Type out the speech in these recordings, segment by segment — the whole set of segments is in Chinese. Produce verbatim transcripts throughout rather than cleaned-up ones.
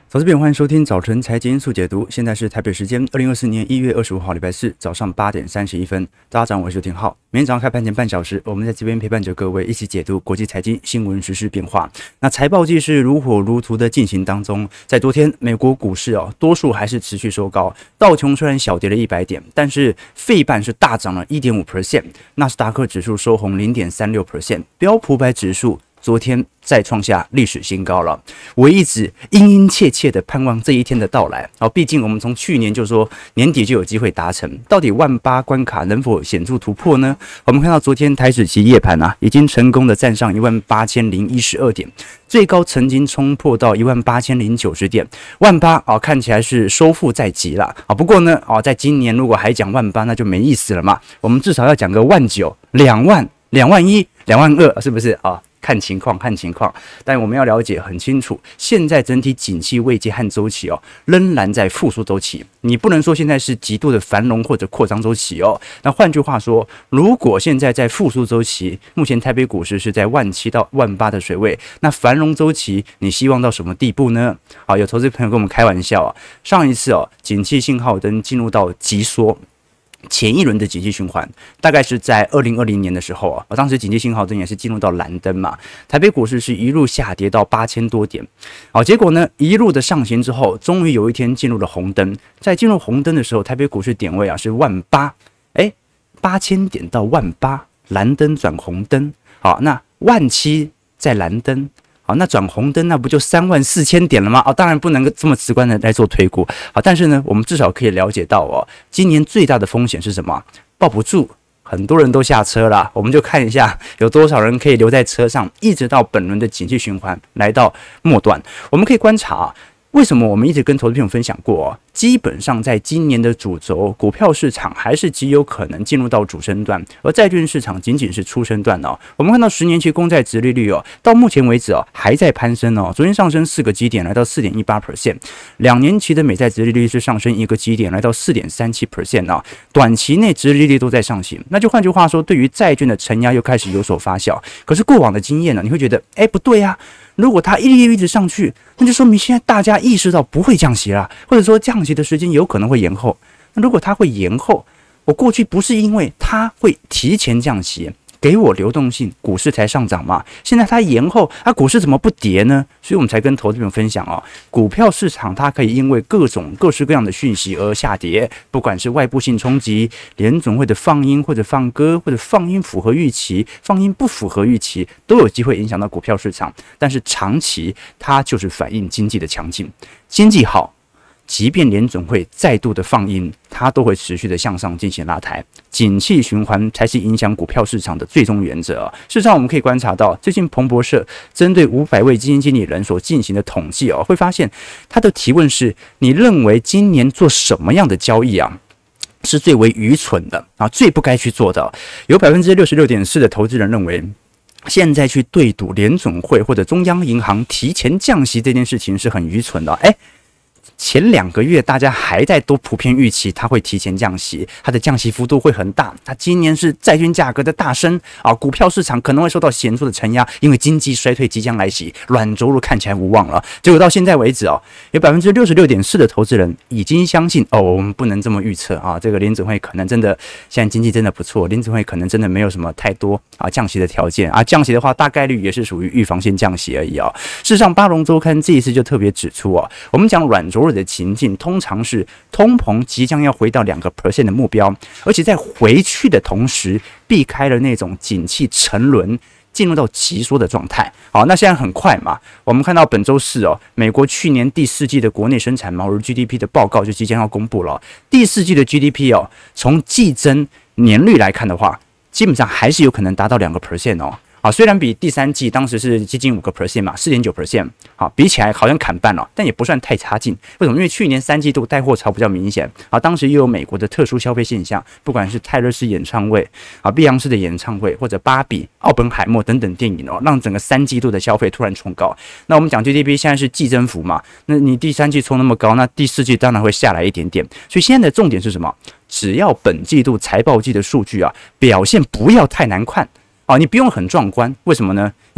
早这边欢迎收听早晨财经速解读，现在是台北时间二零二四年一月二十五号礼拜四早上八点三十一分。大家早上好，我是廷浩。每天早上开盘前半小时，我们在这边陪伴着各位一起解读国际财经新闻时事变化。那财报季是如火如荼的进行当中，在昨天美国股市哦，多数还是持续收高，道琼虽然小跌了一百点，但是费半是大涨了 百分之一点五， 纳斯达克指数收红 百分之零点三六， 标普五百指数昨天再创下历史新高了，我一直殷殷切切的盼望这一天的到来。好，毕竟我们从去年就说年底就有机会达成，到底万八关卡能否显著突破呢？我们看到昨天台指期夜盘啊，已经成功的站上一万八千零一十二点，最高曾经冲破到一万八千零九十点，万八啊看起来是收复在即了啊。不过呢啊，在今年如果还讲万八，那就没意思了嘛。我们至少要讲个万九、两万、两万一、两万二，是不是啊？看情况，看情况，但我们要了解很清楚，现在整体景气位阶和周期哦，仍然在复苏周期。你不能说现在是极度的繁荣或者扩张周期哦。那换句话说，如果现在在复苏周期，目前台北股市是在万七到万八的水位，那繁荣周期你希望到什么地步呢？好，有投资朋友跟我们开玩笑啊，上一次哦，景气信号灯进入到急缩。前一轮的景气循环大概是在二零二零年的时候啊，当时景气信号灯也是进入到蓝灯嘛，台北股市是一路下跌到八千多点，好，结果呢一路的上行之后，终于有一天进入了红灯，在进入红灯的时候，台北股市点位啊是万八，哎，八千点到万八，蓝灯转红灯，好，那万七在蓝灯。好，那转红灯那不就三万四千点了吗？哦，当然不能这么直观的来做推估。好，但是呢，我们至少可以了解到哦，今年最大的风险是什么？抱不住，很多人都下车了。我们就看一下有多少人可以留在车上，一直到本轮的景气循环来到末段。我们可以观察啊，为什么我们一直跟投资朋友分享过哦，基本上在今年的主轴，股票市场还是极有可能进入到主升段，而债券市场仅仅是初升段哦。我们看到十年期公债殖利率哦，到目前为止哦还在攀升哦，昨天上升四个基点，来到 百分之四点一八， 两年期的美债殖利率是上升一个基点，来到 百分之四点三七 哦，短期内殖利率都在上行。那就换句话说，对于债券的承压又开始有所发酵。可是过往的经验呢，你会觉得，哎，不对啊。如果它一直一直上去，那就说明现在大家意识到不会降息啦，或者说降息的时间有可能会延后。那如果它会延后，我过去不是因为它会提前降息，给我流动性，股市才上涨嘛。现在它延后，它、啊、股市怎么不跌呢？所以我们才跟投资朋友分享哦，股票市场它可以因为各种各式各样的讯息而下跌，不管是外部性冲击、联准会的放鹰或者放鸽，或者放鹰符合预期、放鹰不符合预期，都有机会影响到股票市场。但是长期它就是反映经济的强劲，经济好。即便联准会再度的放鹰，它都会持续的向上进行拉抬，景气循环才是影响股票市场的最终原则、哦。事实上，我们可以观察到，最近彭博社针对五百位基金经理人所进行的统计哦，会发现他的提问是：你认为今年做什么样的交易啊？是最为愚蠢的啊，最不该去做的、哦。有 百分之六十六点四 的投资人认为。现在去对赌联准会或者中央银行提前降息这件事情是很愚蠢的、哦。哎。前两个月大家还在都普遍预期它会提前降息，它的降息幅度会很大。它今年是债券价格的大升啊，股票市场可能会受到显著的承压，因为经济衰退即将来袭，软着陆看起来无望了。结果到现在为止哦，有 百分之六十六点四 的投资人已经相信哦，我们不能这么预测啊，这个联准会可能真的现在经济真的不错，联准会可能真的没有什么太多啊降息的条件啊，降息的话大概率也是属于预防性降息而已啊。事实上，巴龙周刊这一次就特别指出哦，我们讲软着陆的情境通常是通膨即将要回到 百分之二 的目标，而且在回去的同时避开了那种景气沉沦进入到急缩的状态。好，那现在很快嘛，我们看到本周四哦，美国去年第四季的国内生产毛额 G D P 的报告就即将要公布了。第四季的 G D P 哦，从季增年率来看的话，基本上还是有可能达到 百分之二 哦。啊，虽然比第三季当时是接近 百分之五 嘛 ，四点九 好，比起来好像砍半了，但也不算太差劲。为什么？因为去年三季度带货潮比较明显啊，当时又有美国的特殊消费现象，不管是泰勒斯演唱会啊、碧昂斯的演唱会，或者芭比、奥本海默等等电影哦，让整个三季度的消费突然冲高。那我们讲 G D P 现在是季增幅嘛，那你第三季冲那么高，那第四季当然会下来一点点。所以现在的重点是什么？只要本季度财报季的数据啊表现不要太难看。哦，你不用很壮观，为什么呢？因为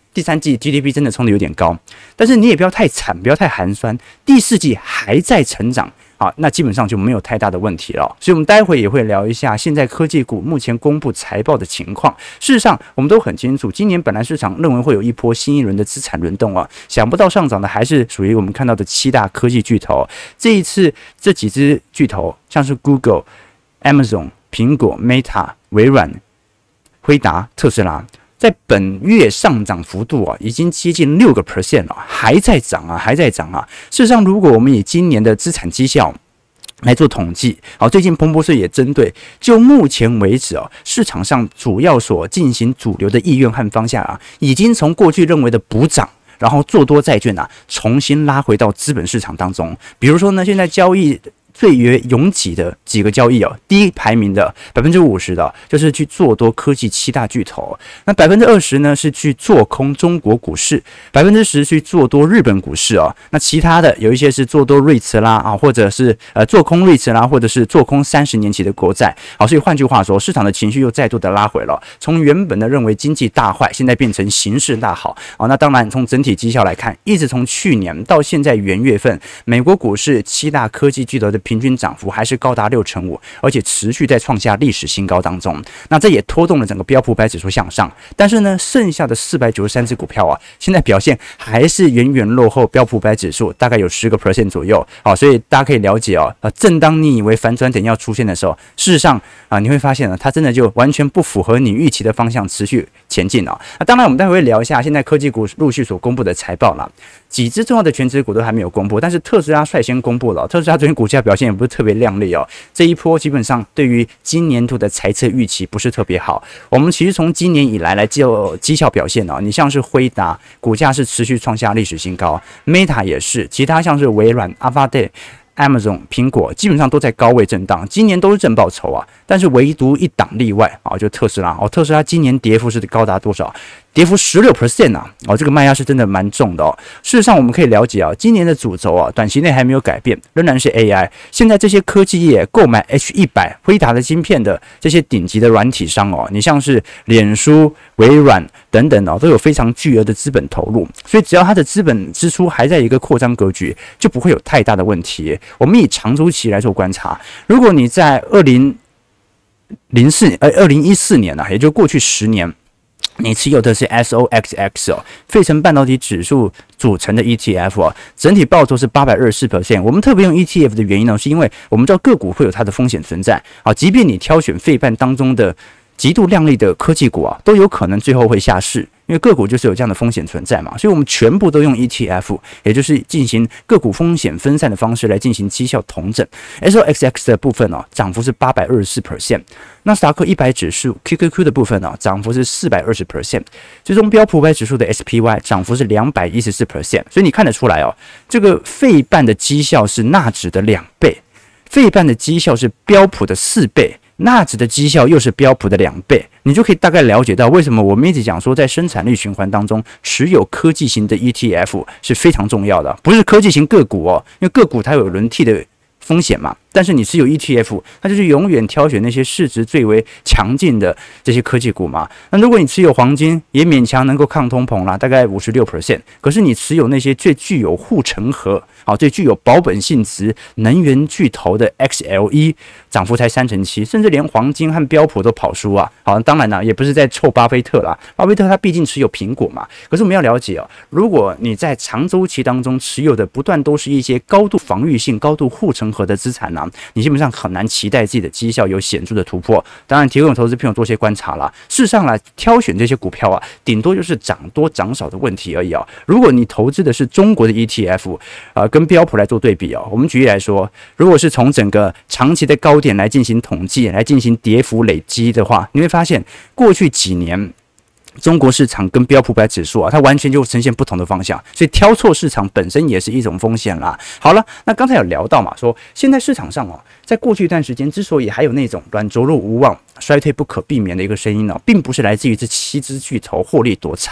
第三季 G D P 真的冲的有点高，但是你也不要太惨，不要太寒酸，第四季还在成长。好，那基本上就没有太大的问题了。所以，我们待会也会聊一下现在科技股目前公布财报的情况。事实上，我们都很清楚，今年本来市场认为会有一波新一轮的资产轮动啊，想不到上涨的还是属于我们看到的七大科技巨头。这一次，这几只巨头，像是 Google、Amazon、苹果、Meta、微软、辉达、特斯拉。在本月上涨幅度啊，已经接近六个 percent 了，还在涨啊，还在涨啊。事实上，如果我们以今年的资产绩效来做统计，好，最近彭博社也针对，就目前为止啊，市场上主要所进行主流的意愿和方向啊，已经从过去认为的补涨，然后做多债券啊，重新拉回到资本市场当中。比如说呢，现在交易最为拥挤的几个交易哦，第一排名的百分之五十的，就是去做多科技七大巨头。那百分之二十呢，是去做空中国股市，百分之十去做多日本股市哦。那其他的有一些是做多瑞驰啦啊，或者是呃做空瑞驰啦，或者是做空三十年期的国债。好，所以换句话说，市场的情绪又再度的拉回了，从原本的认为经济大坏，现在变成形势大好。好，那当然从整体绩效来看，一直从去年到现在元月份，美国股市七大科技巨头的平均涨幅还是高达六成五，而且持续在创下历史新高当中。那这也拖动了整个标普百指数向上。但是呢，剩下的四百九十三只股票啊，现在表现还是远远落后标普百指数，大概有十个 percent 左右。好，所以大家可以了解哦，呃，正当你以为反转点要出现的时候，事实上啊，你会发现呢，它真的就完全不符合你预期的方向持续前进啊。那当然，我们待会会聊一下现在科技股陆续所公布的财报啦。几只重要的全指股都还没有公布，但是特斯拉率先公布了。特斯拉昨天股价表现也不是特别亮丽哦，这一波基本上对于今年度的财测预期不是特别好。我们其实从今年以来来就绩效表现哦，你像是辉达股价是持续创下历史新高 ，Meta 也是，其他像是微软、Alphabet、Amazon、苹果基本上都在高位震荡，今年都是正报酬啊，但是唯独一档例外啊，就特斯拉哦，特斯拉今年跌幅是高达多少？跌幅 百分之十六 啊，哦，这个卖压是真的蛮重的哦。事实上，我们可以了解啊，今年的主轴啊，短期内还没有改变，仍然是 A I。现在这些科技业购买 H 一百 辉达的晶片的这些顶级的软体商哦，你像是脸书、微软等等哦，都有非常巨额的资本投入，所以只要它的资本支出还在一个扩张格局，就不会有太大的问题。我们以长周期来做观察，如果你在二零零四呃二零一四年啊，也就过去十年。你持有的是 S O X X 哦，费城半导体指数组成的 E T F 哦，整体报酬是 百分之八百二十四。我们特别用 E T F 的原因呢，是因为我们知道个股会有它的风险存在啊，即便你挑选费半当中的极度亮丽的科技股啊，都有可能最后会下市。因为个股就是有这样的风险存在嘛，所以我们全部都用 E T F， 也就是进行个股风险分散的方式来进行绩效统整。S O X X 的部分哦，涨幅是 百分之八百二十四。纳斯达克一百指数 Q Q Q 的部分哦，涨幅是 百分之四百二十。最终标普五百指数的 S P Y 涨幅是 百分之两百一十四。所以你看得出来哦，这个费半的绩效是纳指的两倍，费半的绩效是标普的四倍。纳指的绩效又是标普的两倍，你就可以大概了解到为什么我们一直讲说，在生产力循环当中，持有科技型的 E T F 是非常重要的，不是科技型个股哦，因为个股它有轮替的风险嘛。但是你持有 E T F， 它就是永远挑选那些市值最为强劲的这些科技股嘛。那如果你持有黄金，也勉强能够抗通膨啦，大概 百分之五十六。可是你持有那些最具有护城河、好最具有保本性质能源巨头的 X L E， 涨幅才三成七，甚至连黄金和标普都跑输啊。好，当然啦，也不是在臭巴菲特啦，巴菲特他毕竟持有苹果嘛。可是我们要了解哦，如果你在长周期当中持有的不断都是一些高度防御性、高度护城河的资产呢、啊，你基本上很难期待自己的绩效有显著的突破。当然，提供投资朋友做些观察啦。事实上来挑选这些股票啊，顶多就是涨多涨少的问题而已啊。如果你投资的是中国的 E T F， 呃，跟标普来做对比啊，我们举例来说，如果是从整个长期的高点来进行统计，来进行跌幅累积的话，你会发现过去几年。中国市场跟标普百指数啊，它完全就呈现不同的方向，所以挑错市场本身也是一种风险啦。好了，那刚才有聊到嘛，说现在市场上哦，在过去一段时间之所以还有那种软着陆无望、衰退不可避免的一个声音呢、哦，并不是来自于这七只巨头获利多差。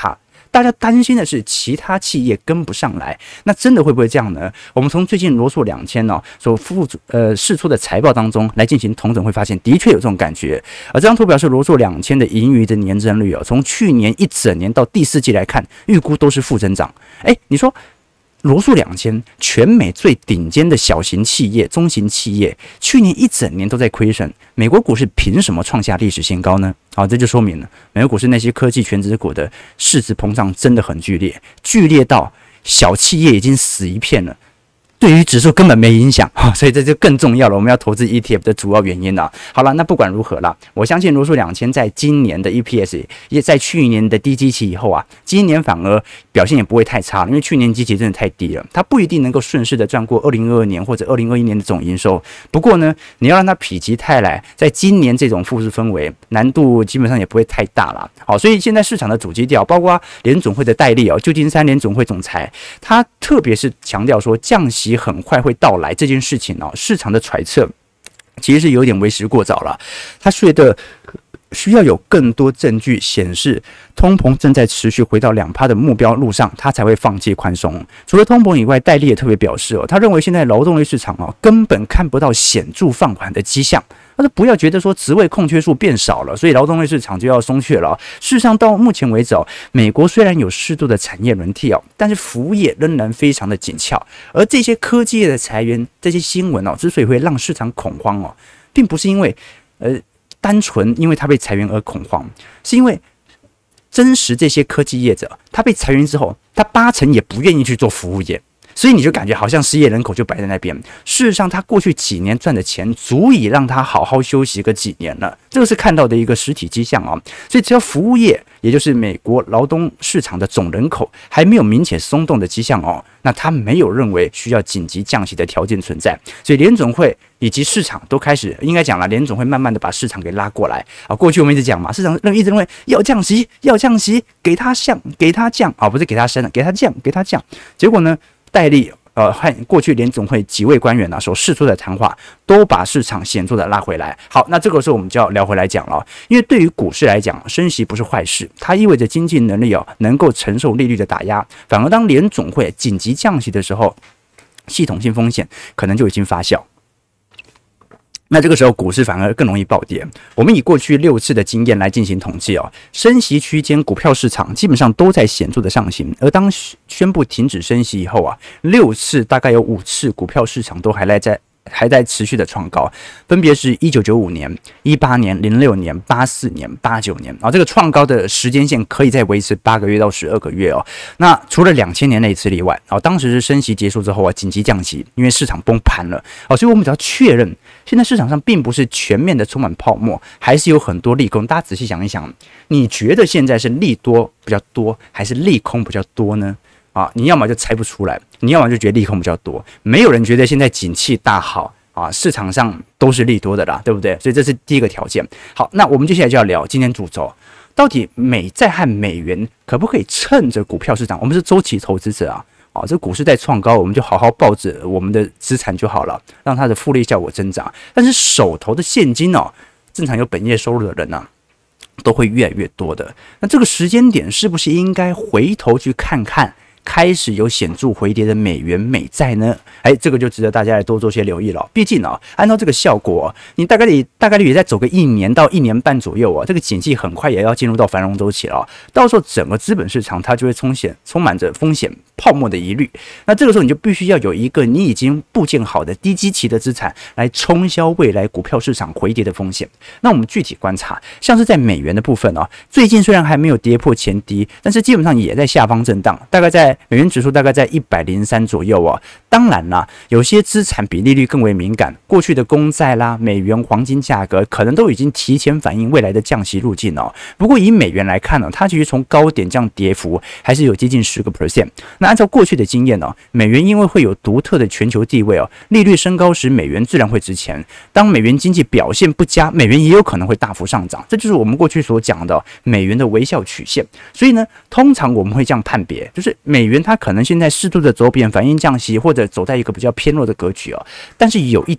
大家担心的是其他企业跟不上来，那真的会不会这样呢？我们从最近罗素两千哦所付呃释出的财报当中来进行统整，会发现的确有这种感觉。而这张图表示罗素两千的盈余的年增率哦，从去年一整年到第四季来看，预估都是负增长。哎，你说罗素两千，全美最顶尖的小型企业、中型企业，去年一整年都在亏损，美国股市凭什么创下历史新高呢？好，这就说明了美国股市那些科技全指股的市值膨胀真的很剧烈，剧烈到小企业已经死一片了。对于指数根本没影响，所以这就更重要了。我们要投资 E T F 的主要原因了。好了，那不管如何啦，我相信罗素两千在今年的 E P S 也在去年的低基期以后啊，今年反而表现也不会太差，因为去年基期真的太低了，它不一定能够顺势的赚过二零二二年或者二零二一年的总营收。不过呢，你要让它否极泰来，在今年这种复苏氛围，难度基本上也不会太大了。好，所以现在市场的主基调，包括联总会的戴利哦，旧金山联总会总裁，他特别是强调说降息很快会到来这件事情哦，市场的揣测其实是有点为时过早了。他觉得需要有更多证据显示通膨正在持续回到 百分之二 的目标路上，他才会放弃宽松。除了通膨以外，戴利也特别表示哦，他认为现在劳动力市场哦根本看不到显著放缓的迹象。他说不要觉得说职位空缺数变少了，所以劳动力市场就要松懈了。事实上，到目前为止哦，美国虽然有适度的产业轮替哦，但是服务业仍然非常的紧俏。而这些科技业的裁员，这些新闻哦，之所以会让市场恐慌哦，并不是因为呃单纯因为他被裁员而恐慌，是因为真实这些科技业者他被裁员之后，他八成也不愿意去做服务业。所以你就感觉好像失业人口就摆在那边，事实上他过去几年赚的钱足以让他好好休息个几年了，这个是看到的一个实体迹象啊。所以只要服务业，也就是美国劳动市场的总人口还没有明显松动的迹象哦，那他没有认为需要紧急降息的条件存在。所以联总会以及市场都开始应该讲了，联总会慢慢的把市场给拉过来啊。过去我们一直讲嘛，市场一直认为要降息，要降息，给他降，给他降啊，不是给他升，给他降，给他降。结果呢？戴利呃和过去联总会几位官员啊所释出的谈话，都把市场显著的拉回来。好，那这个时候我们就要聊回来讲了，因为对于股市来讲，升息不是坏事，它意味着经济能力哦能够承受利率的打压。反而当联总会紧急降息的时候，系统性风险可能就已经发酵。那这个时候股市反而更容易暴跌。我们以过去六次的经验来进行统计哦，升息区间股票市场基本上都在显著的上行，而当宣布停止升息以后啊，六次大概有五次股票市场都还在在。还在持续的创高，分别是一九九五年、一八年、零六年、八四年、八九年啊，这个创高的时间线可以再维持八个月到十二个月哦。那除了两千年那一次例外啊，当时是升息结束之后啊，紧急降息，因为市场崩盘了啊，所以我们只要确认，现在市场上并不是全面的充满泡沫，还是有很多利空。大家仔细想一想，你觉得现在是利多比较多，还是利空比较多呢？啊，你要么就猜不出来，你要么就觉得利空比较多，没有人觉得现在景气大好啊，市场上都是利多的啦，对不对？所以这是第一个条件。好，那我们接下来就要聊今天主轴，到底美债和美元可不可以趁着股票市场，我们是周期投资者啊，啊，这股市在创高，我们就好好抱着我们的资产就好了，让它的复利效果增长。但是手头的现金哦，正常有本业收入的人啊，都会越来越多的。那这个时间点是不是应该回头去看看？开始有显著回跌的美元美债呢？哎，这个就值得大家来多做些留意了。毕竟啊，按照这个效果，你大概率大概率也在走个一年到一年半左右啊，这个景气很快也要进入到繁荣周期了。到时候整个资本市场它就会充险充满着风险泡沫的疑虑。那这个时候你就必须要有一个你已经布建好的低基期的资产来冲销未来股票市场回跌的风险。那我们具体观察，像是在美元的部分啊，最近虽然还没有跌破前低，但是基本上也在下方震荡，大概在美元指数大概在一百零三左右哦。当然啦，有些资产比利率更为敏感，过去的公债啦、美元、黄金价格可能都已经提前反映未来的降息路径哦。不过以美元来看呢，它其实从高点这样跌幅还是有接近十个 percent。那按照过去的经验呢，美元因为会有独特的全球地位哦，利率升高时美元自然会值钱。当美元经济表现不佳，美元也有可能会大幅上涨。这就是我们过去所讲的美元的微笑曲线。所以呢，通常我们会这样判别，就是美元它可能现在适度的走贬，反映降息，或者走在一个比较偏弱的格局哦。但是有一天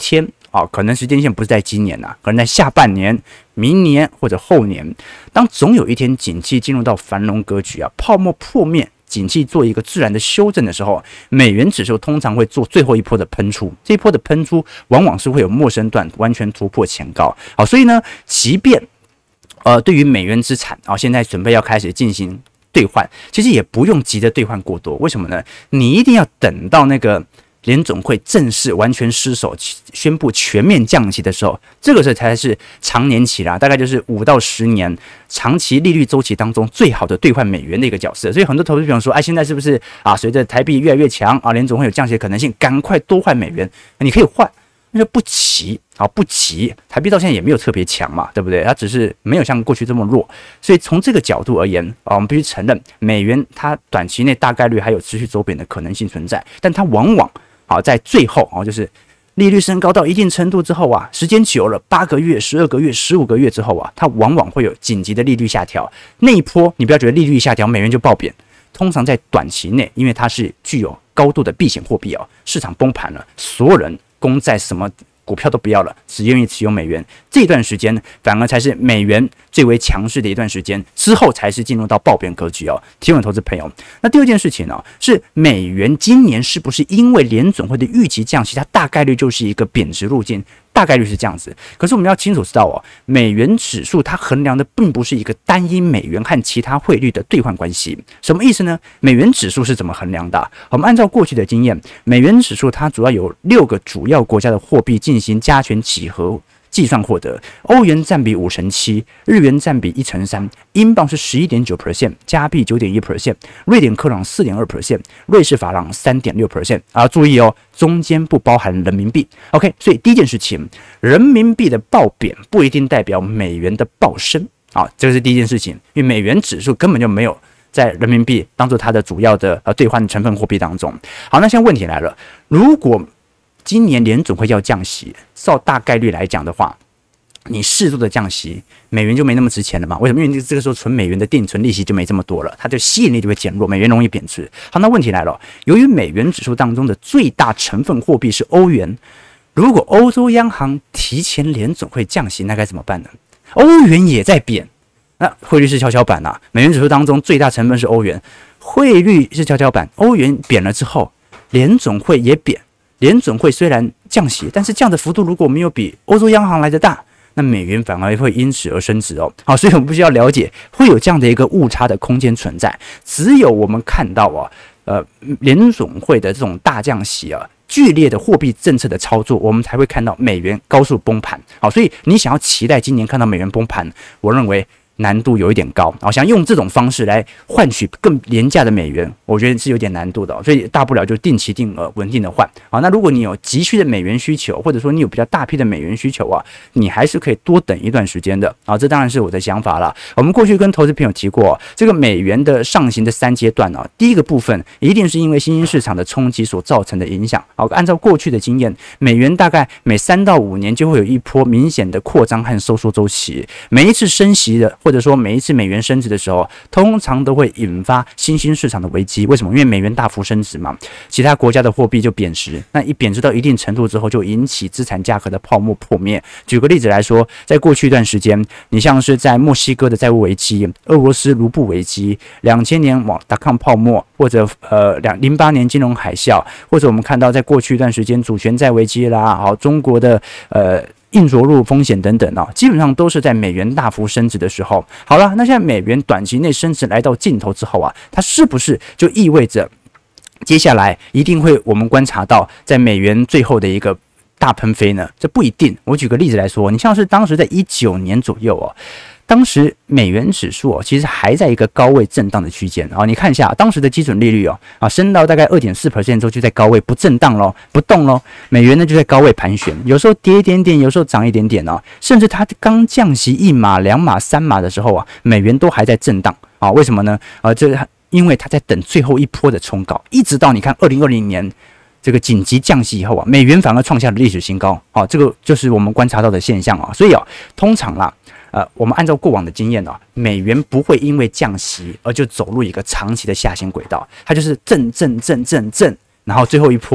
啊，可能时间线不是在今年呐、啊，可能在下半年、明年或者后年，当总有一天景气进入到繁荣格局啊，泡沫破灭。景气做一个自然的修正的时候，美元指数通常会做最后一波的喷出，这一波的喷出往往是会有陌生段完全突破前高。好，所以呢，即便呃对于美元资产啊，现在准备要开始进行兑换，其实也不用急着兑换过多。为什么呢？你一定要等到那个联总会正式完全失守，宣布全面降息的时候，这个时候才是长年期啦，大概就是五到十年长期利率周期当中最好的兑换美元的一个角色。所以很多投资朋友说，哎，现在是不是啊？随着台币越来越强啊，联总会有降息的可能性，赶快多换美元，你可以换，那就不急啊，不急。台币到现在也没有特别强嘛，对不对？它只是没有像过去这么弱。所以从这个角度而言啊，我们必须承认，美元它短期内大概率还有持续走贬的可能性存在，但它往往好，在最后啊，就是利率升高到一定程度之后啊，时间久了，八个月、十二个月、十五个月之后啊，它往往会有紧急的利率下调。那一波，你不要觉得利率下调，美元就暴贬。通常在短期内，因为它是具有高度的避险货币哦，市场崩盘了，所有人公债什么股票都不要了，只愿意持有美元。这段时间反而才是美元最为强势的一段时间，之后才是进入到暴贬格局哦。提问投资朋友，那第二件事情呢、哦，是美元今年是不是因为联总会的预期降息，它大概率就是一个贬值路径？大概率是这样子，可是我们要清楚知道哦，美元指数它衡量的并不是一个单一美元和其他汇率的兑换关系。什么意思呢？美元指数是怎么衡量的？我们按照过去的经验，美元指数它主要有六个主要国家的货币进行加权几何计算获得，欧元占比五成七，日元占比一成三，英镑是十一点九 percent， 加币九点一 percent， 瑞典克朗四点二 percent， 瑞士法郎三点六 percent。啊，注意哦，中间不包含人民币。OK， 所以第一件事情，人民币的暴贬不一定代表美元的暴升啊，这个是第一件事情，因为美元指数根本就没有在人民币当做它的主要的呃兑换成分货币当中。好，那现在问题来了，如果今年联总会要降息，照大概率来讲的话，你适度的降息，美元就没那么值钱了嘛？为什么？因为这个时候纯美元的定存利息就没这么多了，它的吸引力就会减弱，美元容易贬值。好，那问题来了，由于美元指数当中的最大成分货币是欧元，如果欧洲央行提前联总会降息，那该怎么办呢？欧元也在贬，那汇率是跷跷板啊。美元指数当中最大成分是欧元，汇率是跷跷板，欧元贬了之后，联总会也贬。联总会虽然降息，但是降的幅度如果没有比欧洲央行来得大，那美元反而会因此而升值哦。好，所以我们必须要了解会有这样的一个误差的空间存在。只有我们看到啊，呃，联总会的这种大降息啊，剧烈的货币政策的操作，我们才会看到美元高速崩盘。好，所以你想要期待今年看到美元崩盘，我认为难度有一点高，好，想用这种方式来换取更廉价的美元，我觉得是有点难度的，所以大不了就定期定额稳定的换。好，那如果你有急需的美元需求，或者说你有比较大批的美元需求啊，你还是可以多等一段时间的。好，这当然是我的想法了。我们过去跟投资朋友提过，这个美元的上行的三阶段啊，第一个部分一定是因为新兴市场的冲击所造成的影响。好，按照过去的经验，美元大概每三到五年就会有一波明显的扩张和收缩周期，每一次升息的或者说每一次美元升值的时候，通常都会引发新兴市场的危机。为什么？因为美元大幅升值嘛，其他国家的货币就贬值，那一贬值到一定程度之后，就引起资产价格的泡沫破灭。举个例子来说，在过去一段时间，你像是在墨西哥的债务危机、俄罗斯卢布危机、两千年网达康泡沫，或者呃两零八年金融海啸，或者我们看到在过去一段时间主权债危机啦，好，中国的呃。硬着陆风险等等啊，基本上都是在美元大幅升值的时候。好了，那现在美元短期内升值来到尽头之后啊，它是不是就意味着接下来一定会我们观察到在美元最后的一个大喷飞呢？这不一定。我举个例子来说，你像是当时在一九年左右哦。当时美元指数哦，其实还在一个高位震荡的区间啊。你看一下当时的基准利率哦，啊升到大概 百分之二点四 之后就在高位不震荡咯，不动咯。美元呢就在高位盘旋，有时候跌一点点，有时候涨一点点哦。甚至它刚降息一码、两码、三码的时候啊，美元都还在震荡啊。为什么呢？啊，这因为它在等最后一波的冲高，一直到你看二零二零年。这个紧急降息以后啊，美元反而创下了历史新高，好、啊，这个就是我们观察到的现象啊。所以啊，通常啦，呃，我们按照过往的经验啊，美元不会因为降息而就走入一个长期的下行轨道，它就是震震震震震，然后最后一波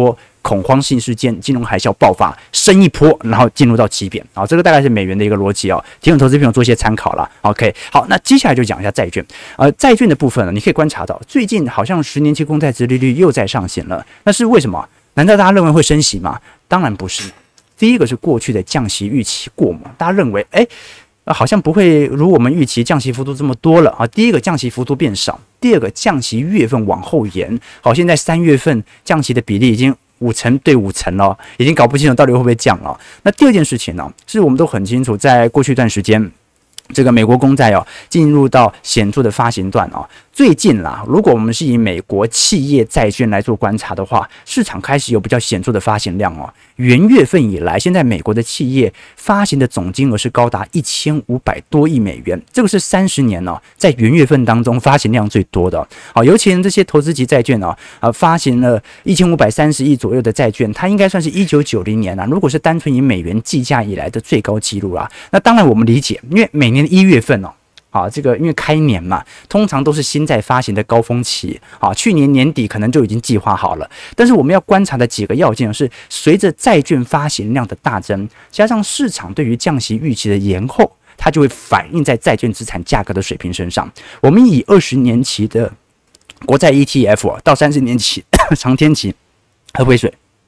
恐慌性事件、金融海啸爆发，升一波，然后进入到起贬啊，这个大概是美元的一个逻辑哦，提供投资朋友做一些参考了。OK， 好，那接下来就讲一下债券，呃，债券的部分呢，你可以观察到，最近好像十年期公债殖利率又在上行了，那是为什么？难道大家认为会升息吗？当然不是。第一个是过去的降息预期过猛，大家认为，哎。好像不会如我们预期降息幅度这么多了啊！第一个降息幅度变少，第二个降息月份往后延。好，现在三月份降息的比例已经五成对五成了，已经搞不清楚到底会不会降了。那第二件事情呢，是我们都很清楚，在过去一段时间，这个美国公债哦进入到显著的发行段哦。最近啦，如果我们是以美国企业债券来做观察的话，市场开始有比较显著的发行量哦。元月份以来，现在美国的企业发行的总金额是高达一千五百多亿美元，这个是三十年哦，在元月份当中发行量最多的。好，尤其这些投资级债券哦，呃，发行了一千五百三十亿左右的债券，它应该算是一九九零年啊，如果是单纯以美元计价以来的最高纪录啊。那当然我们理解，因为每年的一月份哦。啊，这个因为开年嘛，通常都是新债发行的高峰期啊。去年年底可能就已经计划好了，但是我们要观察的几个要件是，随着债券发行量的大增，加上市场对于降息预期的延后，它就会反映在债券资产价格的水平身上。我们以二十年期的国债 E T F 到三十年期长天期，喝杯水。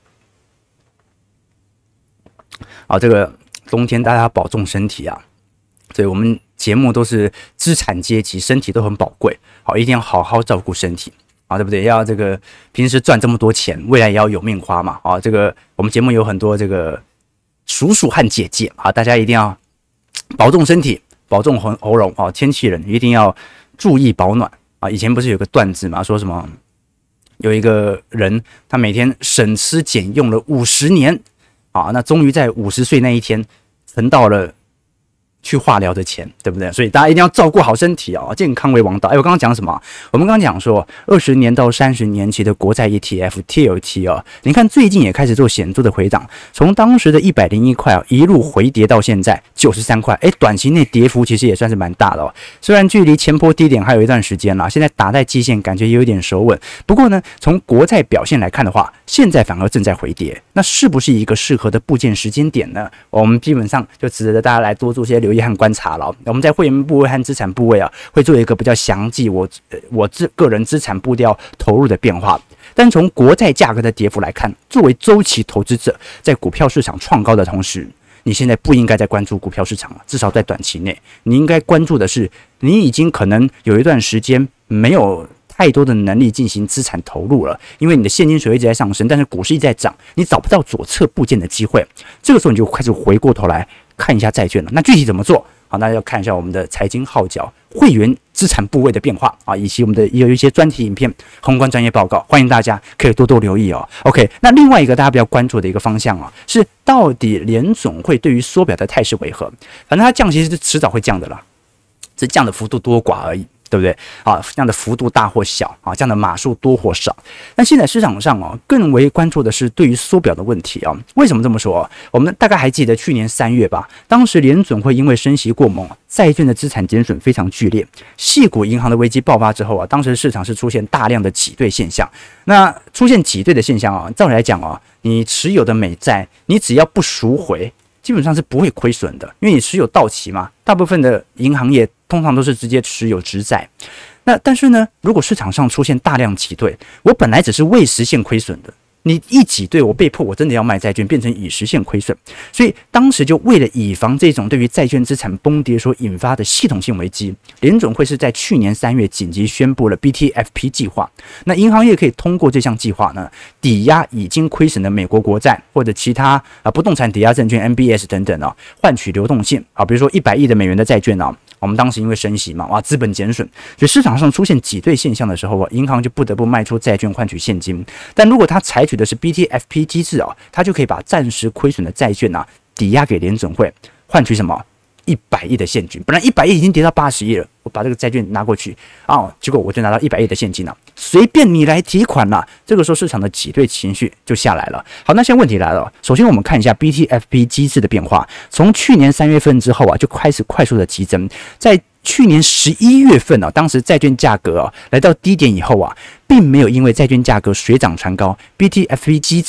好，这个冬天大家保重身体啊。所以我们节目都是资产阶级，身体都很宝贵，好，一定要好好照顾身体，啊，对不对？要这个平时赚这么多钱，未来也要有命花嘛，啊，这个我们节目有很多这个叔叔和姐姐啊，大家一定要保重身体，保重喉喉咙啊，天气冷一定要注意保暖啊。以前不是有个段子嘛，说什么有一个人他每天省吃俭用了五十年啊，那终于在五十岁那一天存到了去化疗的钱，对不对？所以大家一定要照顾好身体啊，健康为王道。哎，我刚刚讲什么？我们刚刚讲说，二十年到三十年期的国债 E T F、T L T 啊，你看最近也开始做显著的回档，从当时的一百零一块啊，一路回跌到现在九十三块。哎，短期内跌幅其实也算是蛮大的哦。虽然距离前波低点还有一段时间啦，现在打在季线感觉也有点手稳。不过呢，从国债表现来看的话，现在反而正在回跌，那是不是一个适合的部件时间点呢？我们基本上就值得大家来多做些留意和观察了。我们在会员部位和资产部位啊，会做一个比较详细我我自个人资产步调投入的变化。但从国债价格的跌幅来看，作为周期投资者，在股票市场创高的同时，你现在不应该再关注股票市场了，至少在短期内，你应该关注的是，你已经可能有一段时间没有太多的能力进行资产投入了，因为你的现金水一直在上升，但是股市一直在涨，你找不到左侧部件的机会，这个时候你就开始回过头来看一下债券了。那具体怎么做？好，那要看一下我们的财经号角会员资产部位的变化啊，以及我们的有一些专题影片、宏观专业报告，欢迎大家可以多多留意哦。OK， 那另外一个大家比较关注的一个方向啊，是到底联总会对于缩表的态势为何？反正它降息是迟早会降的啦，只降的幅度多寡而已。对不对啊？这样的幅度大或小啊，这样的码数多或少。但现在市场上哦，更为关注的是对于缩表的问题啊。为什么这么说？我们大概还记得去年三月吧，当时联准会因为升息过猛，债券的资产减损非常剧烈，矽谷银行的危机爆发之后啊，当时市场是出现大量的挤兑现象。那出现挤兑的现象啊，照理来讲啊，你持有的美债，你只要不赎回，基本上是不会亏损的，因为你持有到期嘛。大部分的银行业通常都是直接持有直债。那但是呢，如果市场上出现大量挤兑，我本来只是未实现亏损的，你一挤兑，我被迫我真的要卖债券，变成已实现亏损。所以当时就为了以防这种对于债券资产崩跌所引发的系统性危机，联总会是在去年三月紧急宣布了 B T F P 计划。那银行业可以通过这项计划呢，抵押已经亏损的美国国债或者其他啊不动产抵押证券 M B S 等等啊，换取流动性啊，比如说一百亿的美元的债券啊。我们当时因为升息嘛，哇，资本减损，所以市场上出现挤兑现象的时候啊，银行就不得不卖出债券换取现金。但如果它采取的是 B T F P 机制啊，它就可以把暂时亏损的债券啊抵押给联准会，换取什么？一百亿的现金。本来一百亿已经跌到八十亿了，我把这个债券拿过去啊，结果我就拿到一百亿的现金了，随便你来提款了。这个时候市场的挤兑情绪就下来了。好，那现在问题来了，首先我们看一下 B T F P 机制的变化，从去年三月份之后啊，就开始快速的急增，在去年十一月份啊，当时债券价格啊来到低点以后啊，并没有因为债券价格水涨船高 ，B T F P 机制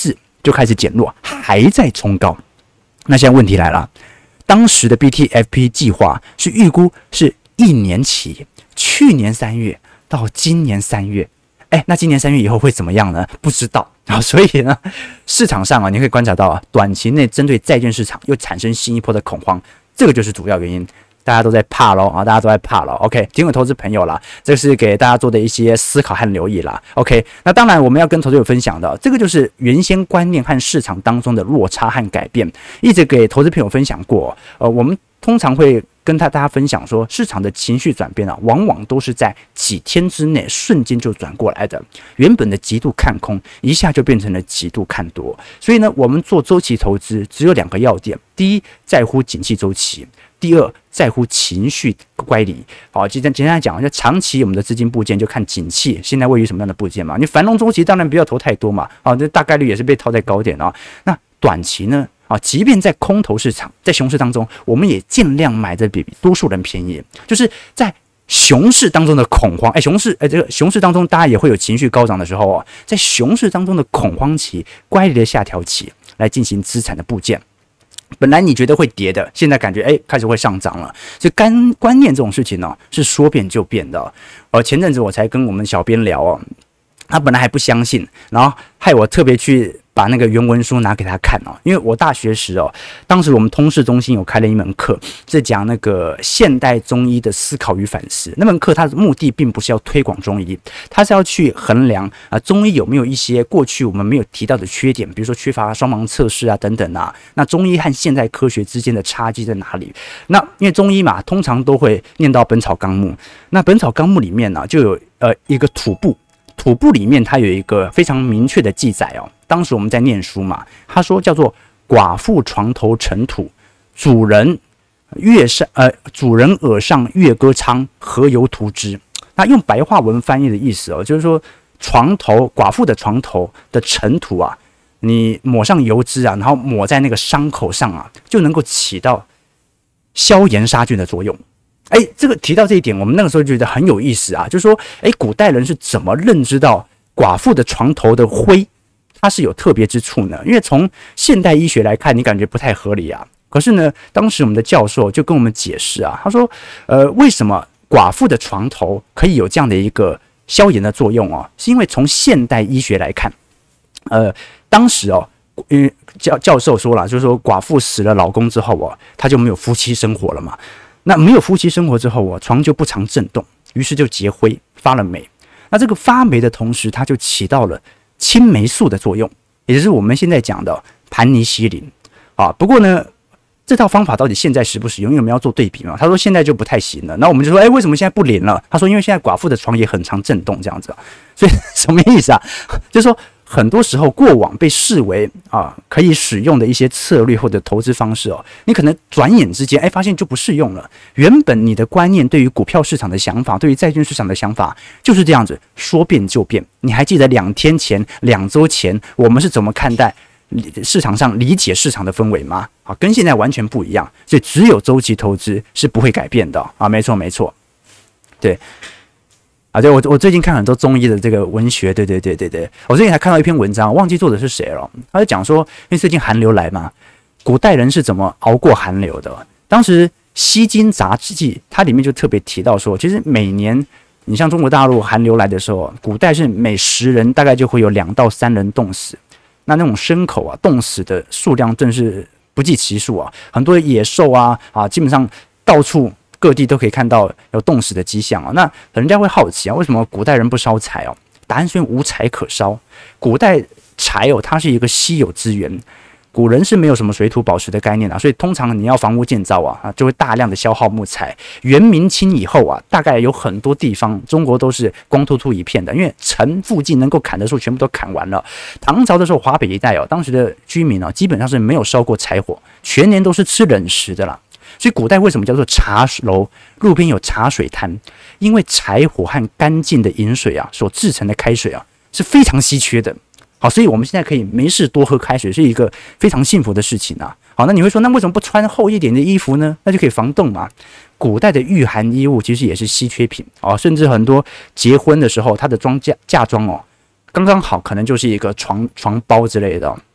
就开始减弱，还在冲高。那现在问题来了，当时的 B T F P 计划是预估是一年期，去年三月到今年三月，哎，那今年三月以后会怎么样呢？不知道啊。所以呢，市场上啊，你可以观察到啊，短期内针对债券市场又产生新一波的恐慌，这个就是主要原因。大家都在怕咯啊，大家都在怕咯 OK， 提供投资朋友啦，这是给大家做的一些思考和留意啦。OK， 那当然我们要跟投资友分享的，这个就是原先观念和市场当中的落差和改变，一直给投资朋友分享过。呃，我们通常会跟大家分享说，市场的情绪转变啊，往往都是在几天之内瞬间就转过来的。原本的极度看空，一下就变成了极度看多。所以呢，我们做周期投资只有两个要点：第一，在乎景气周期。第二，在乎情绪乖离。好，简单简单来讲，就长期我们的资金部件就看景气现在位于什么样的部件嘛。你繁荣周期当然不要投太多嘛，啊，这大概率也是被套在高点啊。那短期呢？啊，即便在空头市场，在熊市当中，我们也尽量买的比多数人便宜，就是在熊市当中的恐慌，哎，熊市，哎，这个熊市当中，大家也会有情绪高涨的时候哦，在熊市当中的恐慌期、乖离的下调期，来进行资产的部件。本来你觉得会跌的，现在感觉哎开始会上涨了，所以观观念这种事情呢、哦、是说变就变的。呃，前阵子我才跟我们小编聊哦，他本来还不相信，然后害我特别去把那个原文书拿给他看哦，因为我大学时哦，当时我们通识中心有开了一门课，是讲那个现代中医的思考与反思。那门课它的目的并不是要推广中医，它是要去衡量啊中医有没有一些过去我们没有提到的缺点，比如说缺乏双盲测试啊等等啊。那中医和现代科学之间的差距在哪里？那因为中医嘛，通常都会念到《本草纲目》，那《本草纲目》里面呢、啊、就有呃一个土部。土部里面它有一个非常明确的记载哦，当时我们在念书嘛，他说叫做寡妇床头尘土，主人月上呃主人耳上月歌昌，何由图之？那用白话文翻译的意思哦，就是说床头寡妇的床头的尘土啊，你抹上油脂啊，然后抹在那个伤口上啊，就能够起到消炎杀菌的作用。哎，这个提到这一点，我们那个时候觉得很有意思啊，就是说，哎，古代人是怎么认知到寡妇的床头的灰，它是有特别之处呢？因为从现代医学来看，你感觉不太合理啊。可是呢，当时我们的教授就跟我们解释啊，他说，呃，为什么寡妇的床头可以有这样的一个消炎的作用哦？是因为从现代医学来看，呃，当时哦。因为教教授说了，就是说寡妇死了老公之后哦，她就没有夫妻生活了嘛。那没有夫妻生活之后哦，床就不常震动，于是就结灰发了霉。那这个发霉的同时，它就起到了清霉素的作用，也就是我们现在讲的盘尼西林啊。不过呢，这套方法到底现在实不实用？因为我们要做对比嘛。他说现在就不太行了。那我们就说，哎，为什么现在不灵了？他说，因为现在寡妇的床也很常震动，这样子。所以什么意思啊？就是说。很多时候，过往被视为啊可以使用的一些策略或者投资方式哦，你可能转眼之间，哎，发现就不适用了。原本你的观念对于股票市场的想法，对于债券市场的想法就是这样子，说变就变。你还记得两天前、两周前我们是怎么看待市场上理解市场的氛围吗？啊，跟现在完全不一样。所以只有周期投资是不会改变的啊，没错没错，对。啊，对，我我最近看很多中医的这个文学，对对对对对，我最近还看到一篇文章，忘记作者是谁了。他就讲说，因为最近寒流来嘛，古代人是怎么熬过寒流的？当时《西京杂记》它里面就特别提到说，其实每年你像中国大陆寒流来的时候，古代是每十人大概就会有两到三人冻死。那那种牲口啊，冻死的数量真是不计其数啊，很多野兽啊啊，基本上到处。各地都可以看到有冻死的迹象啊，那人家会好奇啊，为什么古代人不烧柴哦？答案是因为无柴可烧。古代柴哦，它是一个稀有资源，古人是没有什么水土保持的概念啊，所以通常你要房屋建造啊，就会大量的消耗木材。元明清以后啊，大概有很多地方中国都是光秃秃一片的，因为城附近能够砍的树全部都砍完了。唐朝的时候，华北一带哦，当时的居民哦，基本上是没有烧过柴火，全年都是吃冷食的啦。所以古代为什么叫做茶楼？路边有茶水摊，因为柴火和干净的饮水啊所制成的开水啊是非常稀缺的。好，所以我们现在可以没事多喝开水，是一个非常幸福的事情啊。好，那你会说，那为什么不穿厚一点的衣服呢？那就可以防冻嘛。古代的御寒衣物其实也是稀缺品啊，甚至很多结婚的时候，它的装嫁嫁妆哦，刚刚好可能就是一个床床包之类的、哦。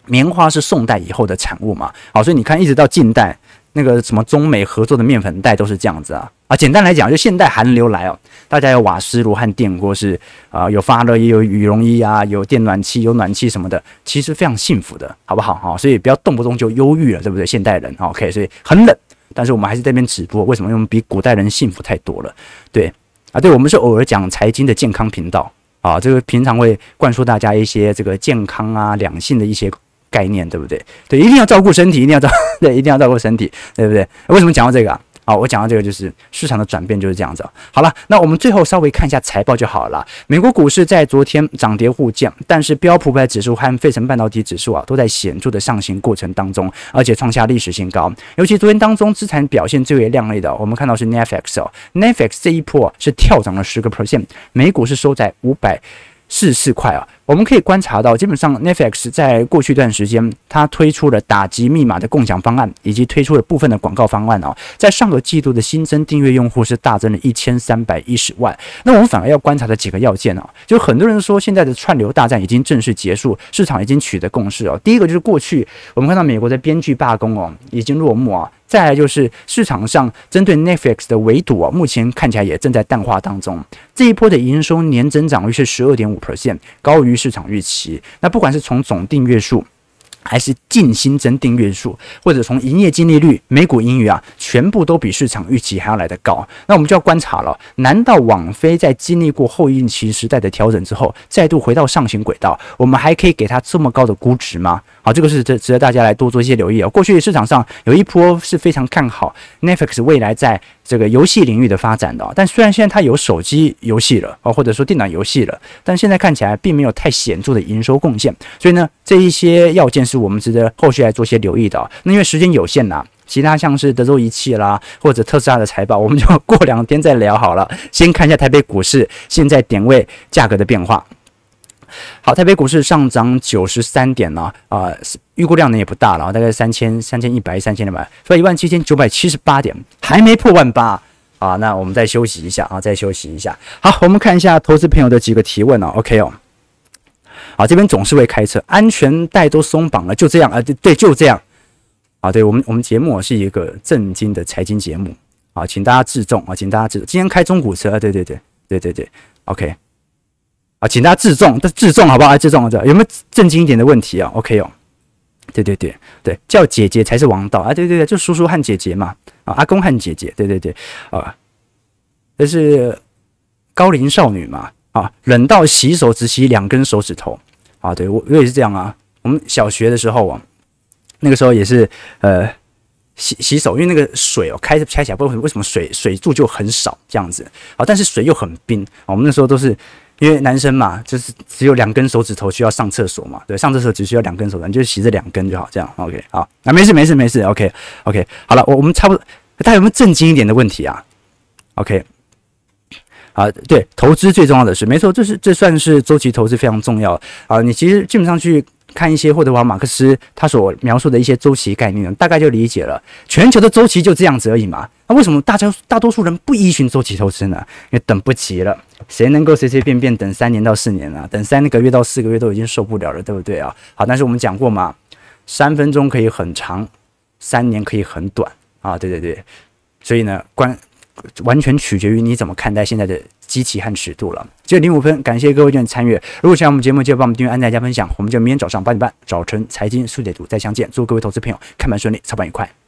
棉花是宋代以后的产物嘛，好，所以你看一直到近代。那个什么中美合作的面粉袋都是这样子啊啊，简单来讲，就现代寒流来哦，大家有瓦斯炉和电锅是啊、呃，有发热衣、有羽绒衣啊，有电暖气、有暖气什么的，其实非常幸福的，好不好哈、哦？所以不要动不动就忧郁了，对不对？现代人 ，OK， 所以很冷，但是我们还是在这边直播，为什么？因为我们比古代人幸福太多了，对啊，对，我们是偶尔讲财经的健康频道啊，这个平常会灌输大家一些这个健康啊、两性的一些。概念对不对？对，一定要照顾身体，一定要照，对，一定要照顾身体，对不对？为什么讲到这个啊？好，我讲到这个就是市场的转变就是这样子。好了，那我们最后稍微看一下财报就好了。美国股市在昨天涨跌互见，但是标普五百指数和费城半导体指数啊都在显著的上行过程当中，而且创下历史新高。尤其昨天当中资产表现最为亮丽的，我们看到是 Netflix 哦 ，Netflix 这一波是跳涨了十个 percent， 美股是收在五百四十四块啊。我们可以观察到，基本上 Netflix 在过去一段时间，它推出了打击密码的共享方案，以及推出了部分的广告方案哦。在上个季度的新增订阅用户是大增了一千三百一十万。那我们反而要观察的几个要件哦，就很多人说现在的串流大战已经正式结束，市场已经取得共识哦。第一个就是过去我们看到美国的编剧罢工哦已经落幕啊。再来就是市场上针对 Netflix 的围堵啊，目前看起来也正在淡化当中。这一波的营收年增长率是 百分之十二点五， 高于市场预期。那不管是从总订阅数还是净新增订阅数，或者从营业净利率、每股盈余啊，全部都比市场预期还要来得高。那我们就要观察了，难道网飞在经历过后疫情时代的调整之后，再度回到上行轨道，我们还可以给它这么高的估值吗？好，这个是值值得大家来多做一些留意哦。过去市场上有一波是非常看好 Netflix 未来在这个游戏领域的发展的、哦，但虽然现在它有手机游戏了哦，或者说电脑游戏了，但现在看起来并没有太显著的营收贡献。所以呢，这一些要件是我们值得后续来做些留意的、哦。那因为时间有限啦，其他像是德州仪器啦，或者特斯拉的财报，我们就过两天再聊好了。先看一下台北股市现在点位价格的变化。好，台北股市上涨九十三点了啊，预估量呢也不大了，大概三千三千一百三千两百，所以一万七千九百七十八点，还没破万八啊。那我们再休息一下啊，再休息一下。好，我们看一下投资朋友的几个提问哦 ，OK 哦。好，这边总是会开车，安全带都松绑了，就这样啊，对对，就这样啊。对我们我们节目是一个正经的财经节目啊，请大家自重啊，请大家自重。今天开中古车啊，对对对对对对 ，OK。啊，请大家自重，自重好不好？自重，有没有正经一点的问题啊 ？OK 哦，对对对对，叫姐姐才是王道啊！对对对，就叔叔和姐姐嘛，啊，阿公和姐姐，对对对，啊，这是高龄少女嘛，啊，冷到洗手只洗两根手指头啊！对我我也是这样啊，我们小学的时候啊，那个时候也是呃洗洗手，因为那个水哦开开起来，不知道为什么水水柱就很少这样子啊，但是水又很冰，我们那时候都是。因为男生嘛，就是只有两根手指头需要上厕所嘛，对，上厕所只需要两根手指头，你就洗这两根就好，这样 ，OK， 好，啊，没事没事没事 ，OK OK， 好了，我我们差不多，大家有没有正经一点的问题啊 ？OK， 啊，对，投资最重要的是，没错，这是这算是周期投资非常重要啊，你其实基本上去。看一些霍德华马克思他所描述的一些周期概念，大概就理解了全球的周期就这样子而已嘛。那为什么大家大多数人不依循周期投资呢？因为等不及了，谁能够随随便便等三年到四年啊？等三个月到四个月都已经受不了了，对不对啊？好，但是我们讲过嘛，三分钟可以很长，三年可以很短啊，对对对。所以呢，关完全取决于你怎么看待现在的基期和尺度了。九点零五分，感谢各位的参与。如果喜欢我们节目，记得帮我们订阅、按赞、加分享。我们就明天早上八点半，早晨财经速解读再相见。祝各位投资朋友看盘顺利，操盘愉快。